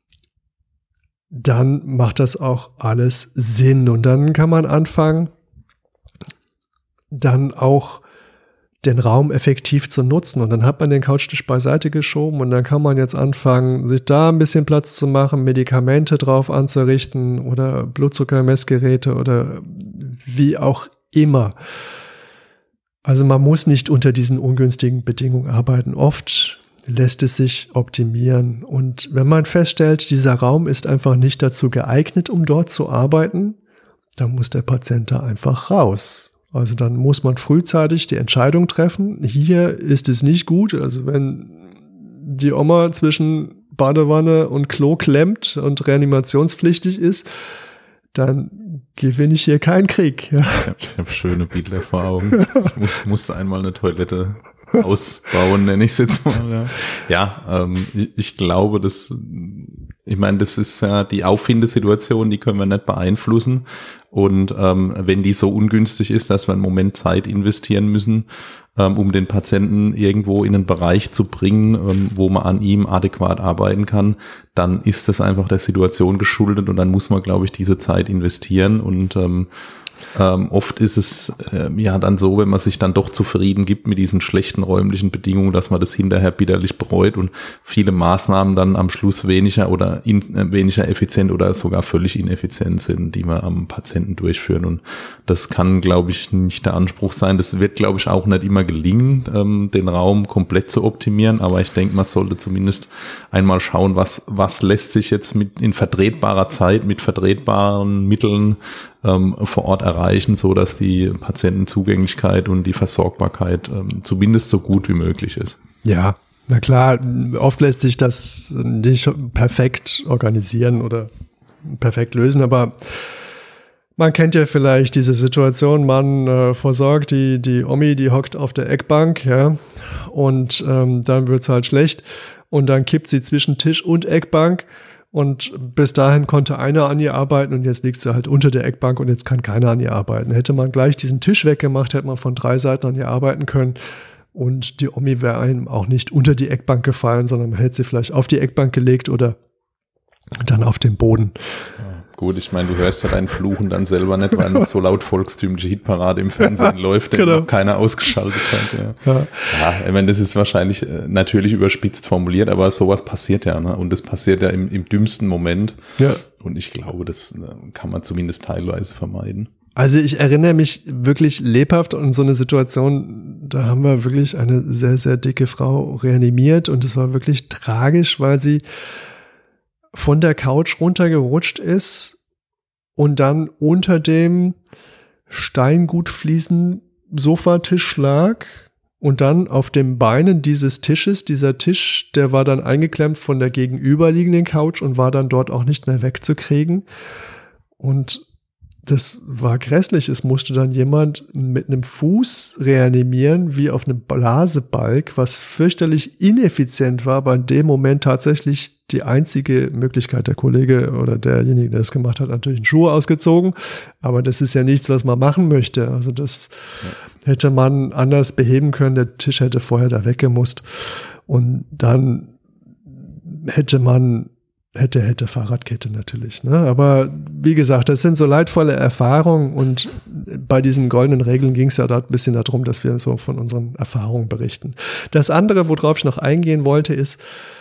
dann macht das auch alles Sinn. Und dann kann man anfangen, dann auch den Raum effektiv zu nutzen. Und dann hat man den Couchtisch beiseite geschoben und dann kann man jetzt anfangen, sich da ein bisschen Platz zu machen, Medikamente drauf anzurichten oder Blutzuckermessgeräte oder wie auch immer. Also man muss nicht unter diesen ungünstigen Bedingungen arbeiten. Oft lässt es sich optimieren. Und wenn man feststellt, dieser Raum ist einfach nicht dazu geeignet, um dort zu arbeiten, dann muss der Patient da einfach raus. Also dann muss man frühzeitig die Entscheidung treffen, hier ist es nicht gut. Also wenn die Oma zwischen Badewanne und Klo klemmt und reanimationspflichtig ist, dann gewinne ich hier keinen Krieg. Ja.
Ich habe hab schöne Bilder vor Augen. Ich muss, musste einmal eine Toilette ausbauen, nenne ich es jetzt mal. Ja, ja ähm, ich, ich glaube, dass, ich meine, das ist ja die Auffindesituation, die können wir nicht beeinflussen. Und ähm, wenn die so ungünstig ist, dass wir einen Moment Zeit investieren müssen, ähm, um den Patienten irgendwo in einen Bereich zu bringen, ähm, wo man an ihm adäquat arbeiten kann, dann ist das einfach der Situation geschuldet und dann muss man, glaube ich, diese Zeit investieren. Und ähm, ähm, oft ist es äh, ja dann so, wenn man sich dann doch zufrieden gibt mit diesen schlechten räumlichen Bedingungen, dass man das hinterher bitterlich bereut und viele Maßnahmen dann am Schluss weniger oder in, äh, weniger effizient oder sogar völlig ineffizient sind, die wir am Patienten durchführen. Und das kann, glaube ich, nicht der Anspruch sein. Das wird, glaube ich, auch nicht immer gelingen, ähm, den Raum komplett zu optimieren. Aber ich denke, man sollte zumindest einmal schauen, was was lässt sich jetzt mit in vertretbarer Zeit, mit vertretbaren Mitteln ähm, vor Ort erreichen, so dass die Patientenzugänglichkeit und die Versorgbarkeit ähm, zumindest so gut wie möglich ist.
Ja, na klar, oft lässt sich das nicht perfekt organisieren oder perfekt lösen, aber man kennt ja vielleicht diese Situation, man äh, versorgt die die Omi, die hockt auf der Eckbank, ja, und ähm, dann wird's halt schlecht und dann kippt sie zwischen Tisch und Eckbank. Und bis dahin konnte einer an ihr arbeiten und jetzt liegt sie halt unter der Eckbank und jetzt kann keiner an ihr arbeiten. Hätte man gleich diesen Tisch weggemacht, hätte man von drei Seiten an ihr arbeiten können und die Omi wäre einem auch nicht unter die Eckbank gefallen, sondern man hätte sie vielleicht auf die Eckbank gelegt oder dann auf den Boden.
Ja, gut, ich meine, du hörst ja deinen Fluchen dann selber nicht, weil noch so laut volkstümliche Hitparade im Fernsehen läuft, den genau. noch keiner ausgeschaltet hat. Ja, ja. ja ich meine, das ist wahrscheinlich äh, natürlich überspitzt formuliert, aber sowas passiert ja, ne? Und das passiert ja im, im dümmsten Moment. Ja. Und ich glaube, das äh, kann man zumindest teilweise vermeiden.
Also ich erinnere mich wirklich lebhaft an so eine Situation, da haben wir wirklich eine sehr, sehr dicke Frau reanimiert und es war wirklich tragisch, weil sie von der Couch runtergerutscht ist und dann unter dem Steingutfliesen Sofatisch lag und dann auf den Beinen dieses Tisches, dieser Tisch, der war dann eingeklemmt von der gegenüberliegenden Couch und war dann dort auch nicht mehr wegzukriegen. Und das war grässlich. Es musste dann jemand mit einem Fuß reanimieren, wie auf einem Blasebalg, was fürchterlich ineffizient war, aber in dem Moment tatsächlich die einzige Möglichkeit. Der Kollege oder derjenige, der das gemacht hat, natürlich einen Schuh ausgezogen, aber das ist ja nichts, was man machen möchte. Also das ja. hätte man anders beheben können. Der Tisch hätte vorher da weggemusst und dann hätte man Hätte, hätte Fahrradkette natürlich. Ne? Aber wie gesagt, das sind so leidvolle Erfahrungen und bei diesen goldenen Regeln ging es ja dort ein bisschen darum, dass wir so von unseren Erfahrungen berichten. Das andere, worauf ich noch eingehen wollte, ist,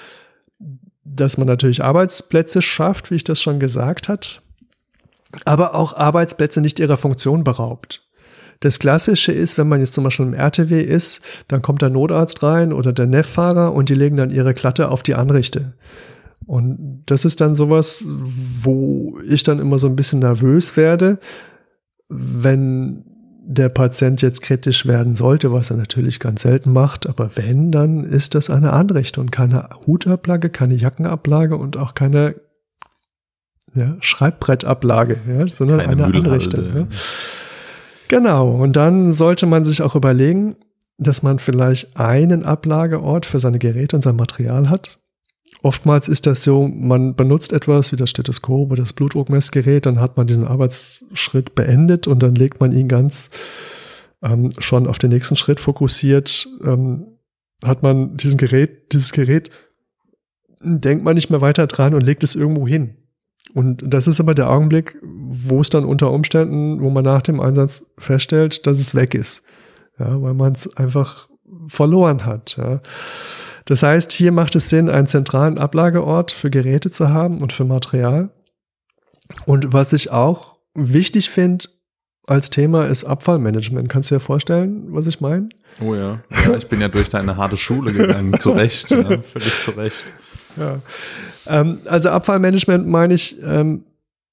dass man natürlich Arbeitsplätze schafft, wie ich das schon gesagt hat, aber auch Arbeitsplätze nicht ihrer Funktion beraubt. Das Klassische ist, wenn man jetzt zum Beispiel im R T W ist, dann kommt der Notarzt rein oder der N E F-Fahrer und die legen dann ihre Klatte auf die Anrichte. Und das ist dann sowas, wo ich dann immer so ein bisschen nervös werde, wenn der Patient jetzt kritisch werden sollte, was er natürlich ganz selten macht, aber wenn, dann ist das eine Anrichte und keine Hutablage, keine Jackenablage und auch keine ja, Schreibbrettablage, ja, sondern keine eine Anrichte. Ja. Genau, und dann sollte man sich auch überlegen, dass man vielleicht einen Ablageort für seine Geräte und sein Material hat. Oftmals ist das so, man benutzt etwas wie das Stethoskop oder das Blutdruckmessgerät, dann hat man diesen Arbeitsschritt beendet und dann legt man ihn ganz ähm, schon auf den nächsten Schritt fokussiert. Ähm, hat man diesen Gerät, dieses Gerät, denkt man nicht mehr weiter dran und legt es irgendwo hin. Und das ist aber der Augenblick, wo es dann unter Umständen, wo man nach dem Einsatz feststellt, dass es weg ist. Ja, weil man es einfach verloren hat. Ja. Das heißt, hier macht es Sinn, einen zentralen Ablageort für Geräte zu haben und für Material. Und was ich auch wichtig finde als Thema ist Abfallmanagement. Kannst du dir vorstellen, was ich meine?
Oh ja. Ja, ich bin ja durch deine harte Schule gegangen. Zu Recht, ja, völlig zu Recht.
Ja. Ähm, also Abfallmanagement meine ich, ähm,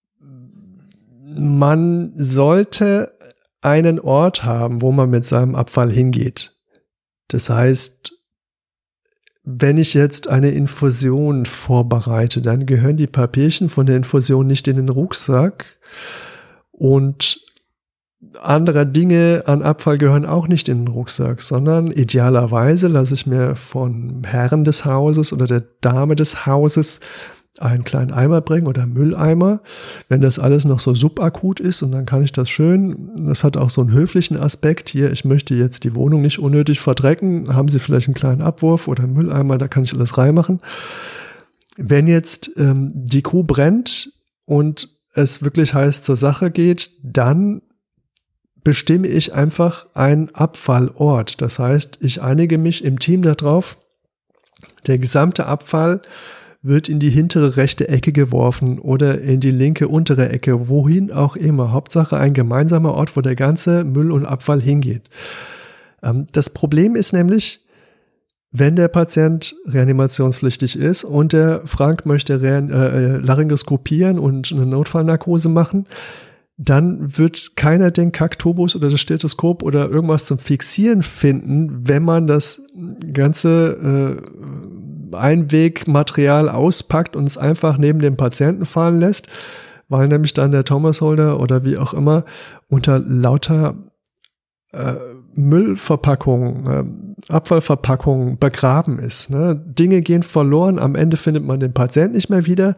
man sollte einen Ort haben, wo man mit seinem Abfall hingeht. Das heißt, wenn ich jetzt eine Infusion vorbereite, dann gehören die Papierchen von der Infusion nicht in den Rucksack und andere Dinge an Abfall gehören auch nicht in den Rucksack, sondern idealerweise lasse ich mir von Herren des Hauses oder der Dame des Hauses einen kleinen Eimer bringen oder Mülleimer, wenn das alles noch so subakut ist, und dann kann ich das schön, das hat auch so einen höflichen Aspekt hier, ich möchte jetzt die Wohnung nicht unnötig verdrecken, haben Sie vielleicht einen kleinen Abwurf oder einen Mülleimer, da kann ich alles reinmachen. Wenn jetzt ähm, die Kuh brennt und es wirklich heiß zur Sache geht, dann bestimme ich einfach einen Abfallort. Das heißt, ich einige mich im Team darauf, der gesamte Abfall wird in die hintere rechte Ecke geworfen oder in die linke untere Ecke, wohin auch immer. Hauptsache ein gemeinsamer Ort, wo der ganze Müll und Abfall hingeht. Ähm, das Problem ist nämlich, wenn der Patient reanimationspflichtig ist und der Frank möchte Rean- äh, Laryngoskopieren und eine Notfallnarkose machen, dann wird keiner den Kacktubus oder das Stethoskop oder irgendwas zum Fixieren finden, wenn man das ganze äh, Einwegmaterial auspackt und es einfach neben dem Patienten fallen lässt, weil nämlich dann der Thomas Holder oder wie auch immer unter lauter äh, Müllverpackungen, äh, Abfallverpackungen begraben ist. Ne? Dinge gehen verloren, am Ende findet man den Patienten nicht mehr wieder.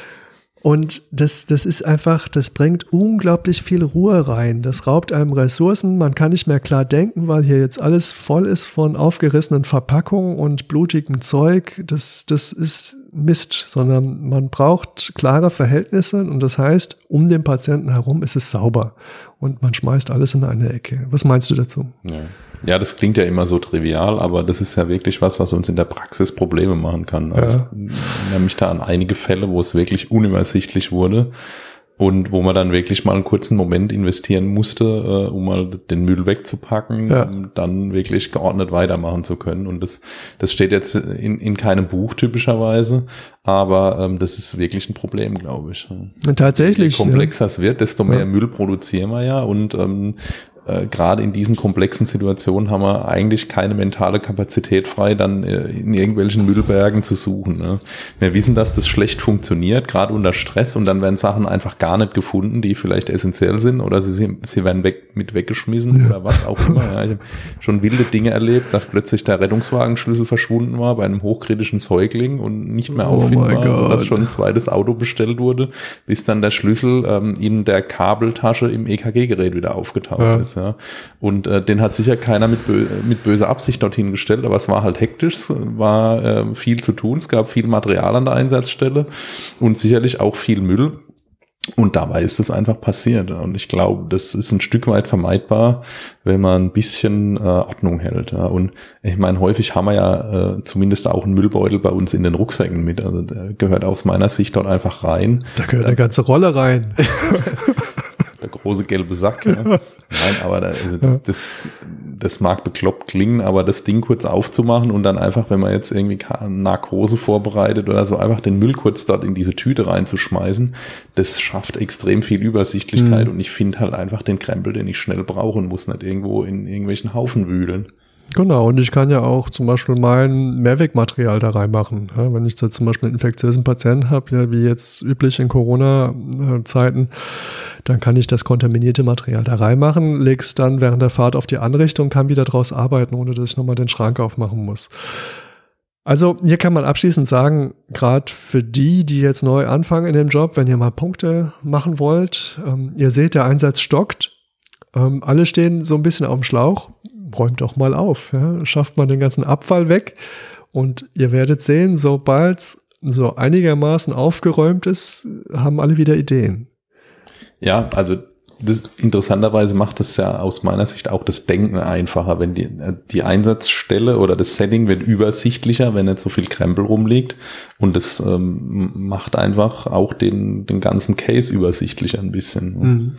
Und das, das ist einfach, das bringt unglaublich viel Ruhe rein. Das raubt einem Ressourcen. Man kann nicht mehr klar denken, weil hier jetzt alles voll ist von aufgerissenen Verpackungen und blutigem Zeug. Das, das ist Mist, sondern man braucht klare Verhältnisse. Und das heißt, um den Patienten herum ist es sauber. Und man schmeißt alles in eine Ecke. Was meinst du dazu?
Ja. Ja, das klingt ja immer so trivial, aber das ist ja wirklich was, was uns in der Praxis Probleme machen kann. Also ja. Ich erinnere mich da an einige Fälle, wo es wirklich unübersichtlich wurde und wo man dann wirklich mal einen kurzen Moment investieren musste, äh, um mal den Müll wegzupacken, ja. um dann wirklich geordnet weitermachen zu können. Und das, das steht jetzt in, in keinem Buch typischerweise, aber ähm, das ist wirklich ein Problem, glaube ich.
Und tatsächlich.
Je komplexer ja. es wird, desto mehr
ja.
Müll produzieren wir ja und ähm, Äh, gerade in diesen komplexen Situationen haben wir eigentlich keine mentale Kapazität frei, dann äh, in irgendwelchen Müllbergen zu suchen. Ne? Wir wissen, dass das schlecht funktioniert, gerade unter Stress, und dann werden Sachen einfach gar nicht gefunden, die vielleicht essentiell sind, oder sie, sie werden weg, mit weggeschmissen ja. oder was auch immer. Ja, ich habe schon wilde Dinge erlebt, dass plötzlich der Rettungswagenschlüssel verschwunden war bei einem hochkritischen Säugling und nicht mehr
oh
auffindbar, sodass schon ein zweites Auto bestellt wurde, bis dann der Schlüssel ähm, in der Kabeltasche im E K G-Gerät wieder aufgetaucht ja. ist. Ja. Und äh, den hat sicher keiner mit, bö- mit böser Absicht dorthin gestellt, aber es war halt hektisch, es war äh, viel zu tun, es gab viel Material an der Einsatzstelle und sicherlich auch viel Müll. Und dabei ist das einfach passiert. Und ich glaube, das ist ein Stück weit vermeidbar, wenn man ein bisschen äh, Ordnung hält. Ja. Und ich meine, häufig haben wir ja äh, zumindest auch einen Müllbeutel bei uns in den Rucksäcken mit. Also der gehört aus meiner Sicht dort einfach rein.
Da gehört eine ganze Rolle rein.
Der große gelbe Sack. Ja. Nein, aber da, also das, das, das mag bekloppt klingen, aber das Ding kurz aufzumachen und dann einfach, wenn man jetzt irgendwie Narkose vorbereitet oder so, einfach den Müll kurz dort in diese Tüte reinzuschmeißen, das schafft extrem viel Übersichtlichkeit mhm. und ich finde halt einfach den Krempel, den ich schnell brauche und muss nicht irgendwo in irgendwelchen Haufen wühlen.
Genau, und ich kann ja auch zum Beispiel mein Mehrwegmaterial da reinmachen. Ja, wenn ich jetzt zum Beispiel einen infektiösen Patienten habe, ja, wie jetzt üblich in Corona-Zeiten, dann kann ich das kontaminierte Material da reinmachen, leg's dann während der Fahrt auf die Anrichtung, kann wieder draus arbeiten, ohne dass ich nochmal den Schrank aufmachen muss. Also hier kann man abschließend sagen, gerade für die, die jetzt neu anfangen in dem Job, wenn ihr mal Punkte machen wollt, ähm, ihr seht, der Einsatz stockt, ähm, alle stehen so ein bisschen auf dem Schlauch, räumt doch mal auf, ja? Schafft mal den ganzen Abfall weg und ihr werdet sehen, sobald es so einigermaßen aufgeräumt ist, haben alle wieder Ideen.
Ja, also das, interessanterweise macht das ja aus meiner Sicht auch das Denken einfacher, wenn die, die Einsatzstelle oder das Setting wird übersichtlicher, wenn nicht so viel Krempel rumliegt und das ähm, macht einfach auch den, den ganzen Case übersichtlicher ein bisschen.
Mhm.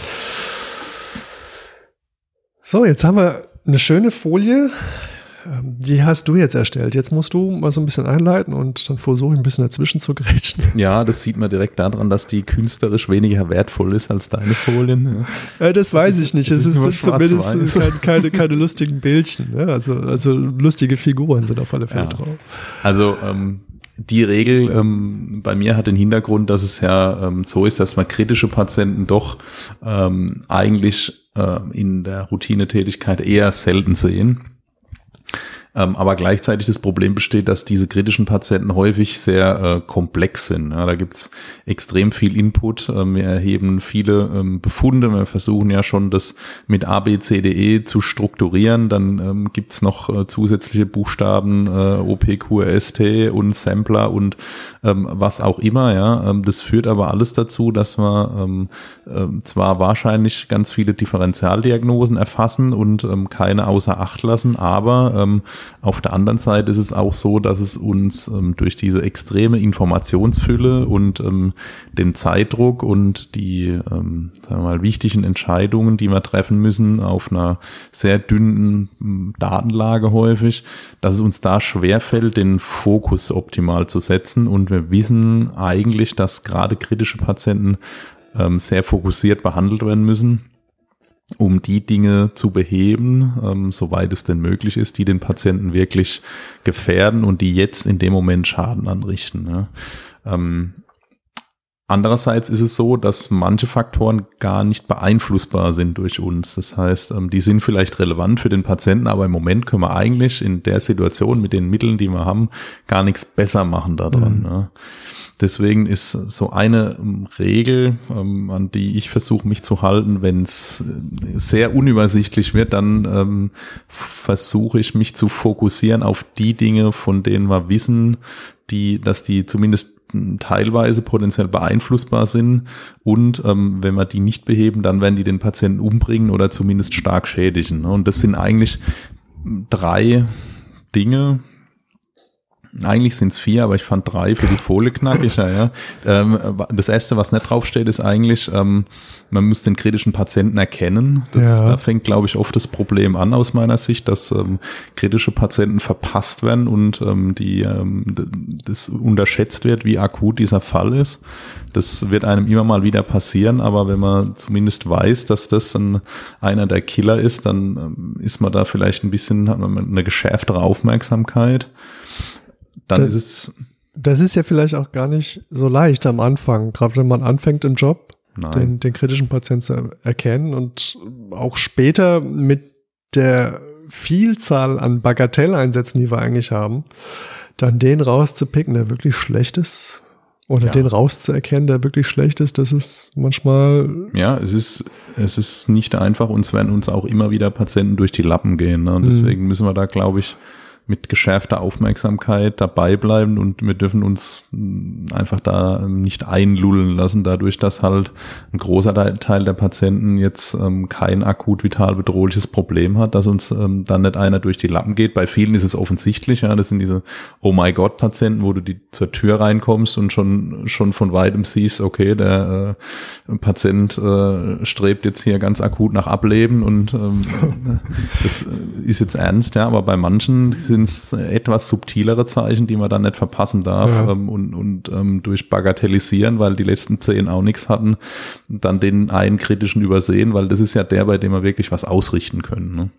So, jetzt haben wir eine schöne Folie, die hast du jetzt erstellt. Jetzt musst du mal so ein bisschen einleiten und dann versuche ich ein bisschen dazwischen zu grätschen.
Ja, das sieht man direkt daran, dass die künstlerisch weniger wertvoll ist als deine Folien.
Ja, das, das weiß ist, ich nicht. Es ist, ist zumindest keine, keine, keine lustigen Bildchen. Ja, also, also lustige Figuren sind auf alle Fälle ja. drauf.
Also ähm, die Regel ähm, bei mir hat den Hintergrund, dass es ja ähm, so ist, dass man kritische Patienten doch ähm, eigentlich äh, in der Routinetätigkeit eher selten sehen. Ähm, aber gleichzeitig das Problem besteht, dass diese kritischen Patienten häufig sehr äh, komplex sind. Ja, da gibt's extrem viel Input. Ähm, wir erheben viele ähm, Befunde. Wir versuchen ja schon, das mit A, B, C, D, E zu strukturieren. Dann ähm, gibt's noch äh, zusätzliche Buchstaben, äh, O, P, Q, R, S, T und Sampler und ähm, was auch immer. Ja, ähm, das führt aber alles dazu, dass wir ähm, äh, zwar wahrscheinlich ganz viele Differentialdiagnosen erfassen und ähm, keine außer Acht lassen, aber ähm, auf der anderen Seite ist es auch so, dass es uns ähm, durch diese extreme Informationsfülle und ähm, den Zeitdruck und die ähm, sagen wir mal, wichtigen Entscheidungen, die wir treffen müssen, auf einer sehr dünnen ähm, Datenlage häufig, dass es uns da schwerfällt, den Fokus optimal zu setzen. Und wir wissen eigentlich, dass gerade kritische Patienten ähm, sehr fokussiert behandelt werden müssen, um die Dinge zu beheben, ähm, soweit es denn möglich ist, die den Patienten wirklich gefährden und die jetzt in dem Moment Schaden anrichten. Ja. Ähm, andererseits ist es so, dass manche Faktoren gar nicht beeinflussbar sind durch uns. Das heißt, ähm, die sind vielleicht relevant für den Patienten, aber im Moment können wir eigentlich in der Situation mit den Mitteln, die wir haben, gar nichts besser machen daran. Mhm. Ja. Deswegen ist so eine Regel, ähm, an die ich versuche mich zu halten, wenn es sehr unübersichtlich wird, dann ähm, versuche ich mich zu fokussieren auf die Dinge, von denen wir wissen, die, dass die zumindest teilweise potenziell beeinflussbar sind und ähm, wenn wir die nicht beheben, dann werden die den Patienten umbringen oder zumindest stark schädigen. Und das sind eigentlich drei Dinge. Eigentlich sind es vier, aber ich fand drei für die Folie knackiger. Ja. Ähm, das erste, was nicht draufsteht, ist eigentlich, ähm, man muss den kritischen Patienten erkennen. Das, ja. Da fängt, glaube ich, oft das Problem an aus meiner Sicht, dass ähm, kritische Patienten verpasst werden und ähm, die ähm, das unterschätzt wird, wie akut dieser Fall ist. Das wird einem immer mal wieder passieren, aber wenn man zumindest weiß, dass das ein, einer der Killer ist, dann ähm, ist man da vielleicht ein bisschen, hat man eine geschärftere Aufmerksamkeit. Dann
das,
ist es.
Das ist ja vielleicht auch gar nicht so leicht am Anfang, gerade wenn man anfängt im Job, den, den kritischen Patienten zu erkennen und auch später mit der Vielzahl an Bagatelleinsätzen, die wir eigentlich haben, dann den rauszupicken, der wirklich schlecht ist. Oder ja. den rauszuerkennen, der wirklich schlecht ist, das ist manchmal...
Ja, es ist, es ist nicht einfach und es werden uns auch immer wieder Patienten durch die Lappen gehen. Ne? Und deswegen mhm. müssen wir da, glaube ich, mit geschärfter Aufmerksamkeit dabei bleiben und wir dürfen uns einfach da nicht einlullen lassen, dadurch, dass halt ein großer Teil der Patienten jetzt ähm, kein akut vital bedrohliches Problem hat, dass uns ähm, dann nicht einer durch die Lappen geht. Bei vielen ist es offensichtlich, ja, das sind diese Oh my God Patienten, wo du die zur Tür reinkommst und schon schon von weitem siehst, okay, der äh, Patient äh, strebt jetzt hier ganz akut nach Ableben und ähm, das ist jetzt ernst, ja, aber bei manchen sind es etwas subtilere Zeichen, die man dann nicht verpassen darf, ja. ähm, und, und ähm, durch Bagatellisieren, weil die letzten zehn auch nichts hatten, dann den einen kritischen übersehen, weil das ist ja der, bei dem wir wirklich was ausrichten können. Ne?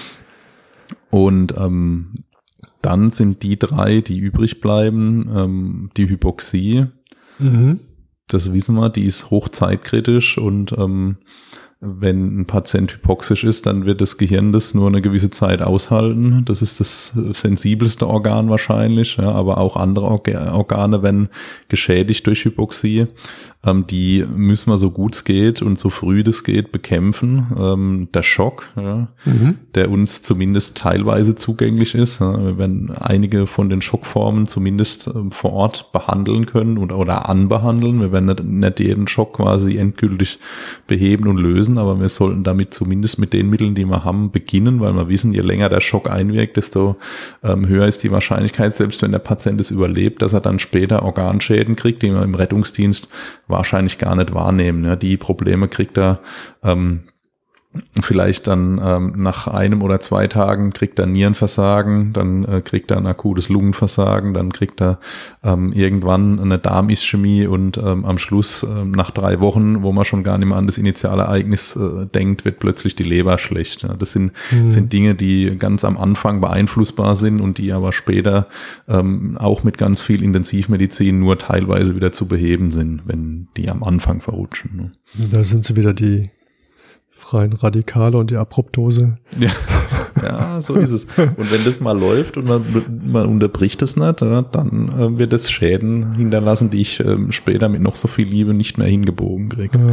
Und ähm, dann sind die drei, die übrig bleiben, ähm, die Hypoxie, mhm. das wissen wir, die ist hochzeitkritisch und ähm, wenn ein Patient hypoxisch ist, dann wird das Gehirn das nur eine gewisse Zeit aushalten. Das ist das sensibelste Organ wahrscheinlich, ja, aber auch andere Orga- Organe werden geschädigt durch Hypoxie. Ähm, die müssen wir so gut es geht und so früh das geht bekämpfen. Ähm, der Schock, ja, mhm. der uns zumindest teilweise zugänglich ist. Ja, wir werden einige von den Schockformen zumindest ähm, vor Ort behandeln können oder, oder anbehandeln. Wir werden nicht, nicht jeden Schock quasi endgültig beheben und lösen, aber wir sollten damit zumindest mit den Mitteln, die wir haben, beginnen, weil wir wissen, je länger der Schock einwirkt, desto ähm, höher ist die Wahrscheinlichkeit, selbst wenn der Patient es überlebt, dass er dann später Organschäden kriegt, die wir im Rettungsdienst wahrscheinlich gar nicht wahrnehmen. Ja, die Probleme kriegt er ähm, vielleicht dann ähm, nach einem oder zwei Tagen kriegt er Nierenversagen, dann äh, kriegt er ein akutes Lungenversagen, dann kriegt er ähm, irgendwann eine Darmischämie und ähm, am Schluss ähm, nach drei Wochen, wo man schon gar nicht mehr an das Initialereignis äh, denkt, wird plötzlich die Leber schlecht. Ja, das sind, mhm. sind Dinge, die ganz am Anfang beeinflussbar sind und die aber später ähm, auch mit ganz viel Intensivmedizin nur teilweise wieder zu beheben sind, wenn die am Anfang verrutschen. Ne?
Da sind sie wieder, die freien Radikale und die Abruptose.
Ja, ja, so ist es. Und wenn das mal läuft und man, man unterbricht es nicht, ja, dann äh, wird es Schäden hinterlassen, die ich äh, später mit noch so viel Liebe nicht mehr hingebogen kriege. Mhm.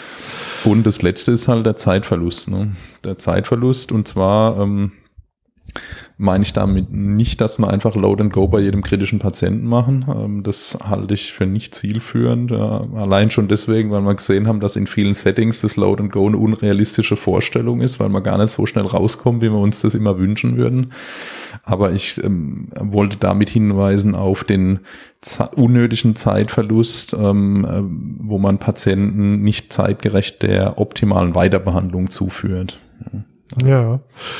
Und das Letzte ist halt der Zeitverlust. Ne? Der Zeitverlust und zwar ähm, meine ich damit nicht, dass wir einfach Load and Go bei jedem kritischen Patienten machen. Das halte ich für nicht zielführend. Allein schon deswegen, weil wir gesehen haben, dass in vielen Settings das Load and Go eine unrealistische Vorstellung ist, weil wir gar nicht so schnell rauskommen, wie wir uns das immer wünschen würden. Aber ich ähm, wollte damit hinweisen auf den z- unnötigen Zeitverlust, ähm, wo man Patienten nicht zeitgerecht der optimalen Weiterbehandlung zuführt.
Ja.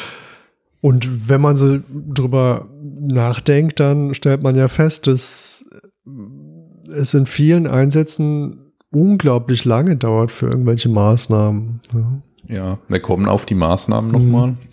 Und wenn man so drüber nachdenkt, dann stellt man ja fest, dass es in vielen Einsätzen unglaublich lange dauert für irgendwelche Maßnahmen.
Ja, ja, wir kommen auf die Maßnahmen nochmal. Mhm.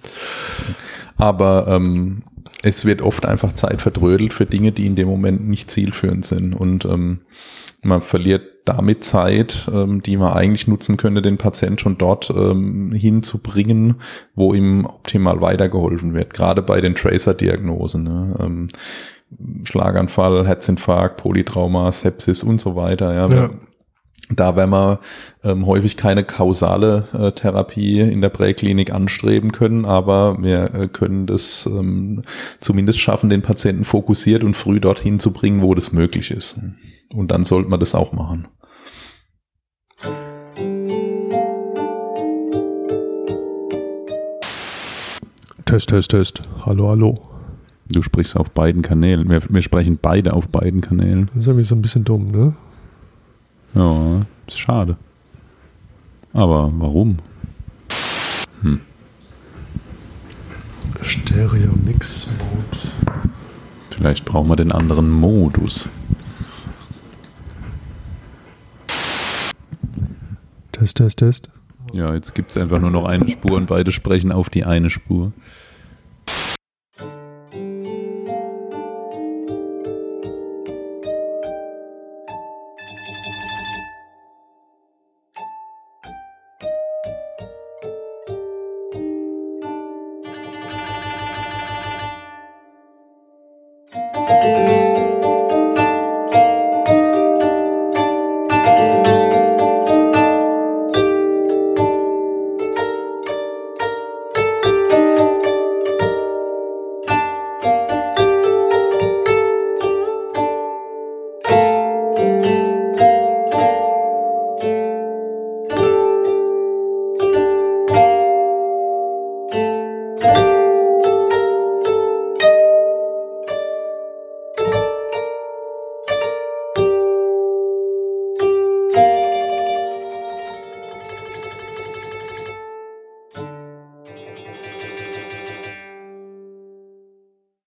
Aber ähm, es wird oft einfach Zeit vertrödelt für Dinge, die in dem Moment nicht zielführend sind. Und ähm, man verliert damit Zeit, ähm, die man eigentlich nutzen könnte, den Patient schon dort ähm, hinzubringen, wo ihm optimal weitergeholfen wird. Gerade bei den Tracer-Diagnosen. Ne? Ähm, Schlaganfall, Herzinfarkt, Polytrauma, Sepsis und so weiter. Ja. ja. Da werden wir ähm, häufig keine kausale äh, Therapie in der Präklinik anstreben können, aber wir äh, können das ähm, zumindest schaffen, den Patienten fokussiert und früh dorthin zu bringen, wo das möglich ist. Und dann sollte man das auch machen.
Test, Test, Test. Hallo, hallo.
Du sprichst auf beiden Kanälen. Wir, wir sprechen beide auf beiden Kanälen.
Das ist irgendwie so ein bisschen dumm, ne?
Ja, ist schade. Aber warum? Hm.
Stereo Mix Mode.
Vielleicht brauchen wir den anderen Modus.
Test, Test, Test.
Ja, jetzt gibt es einfach nur noch eine Spur und beide sprechen auf die eine Spur.
Thank you.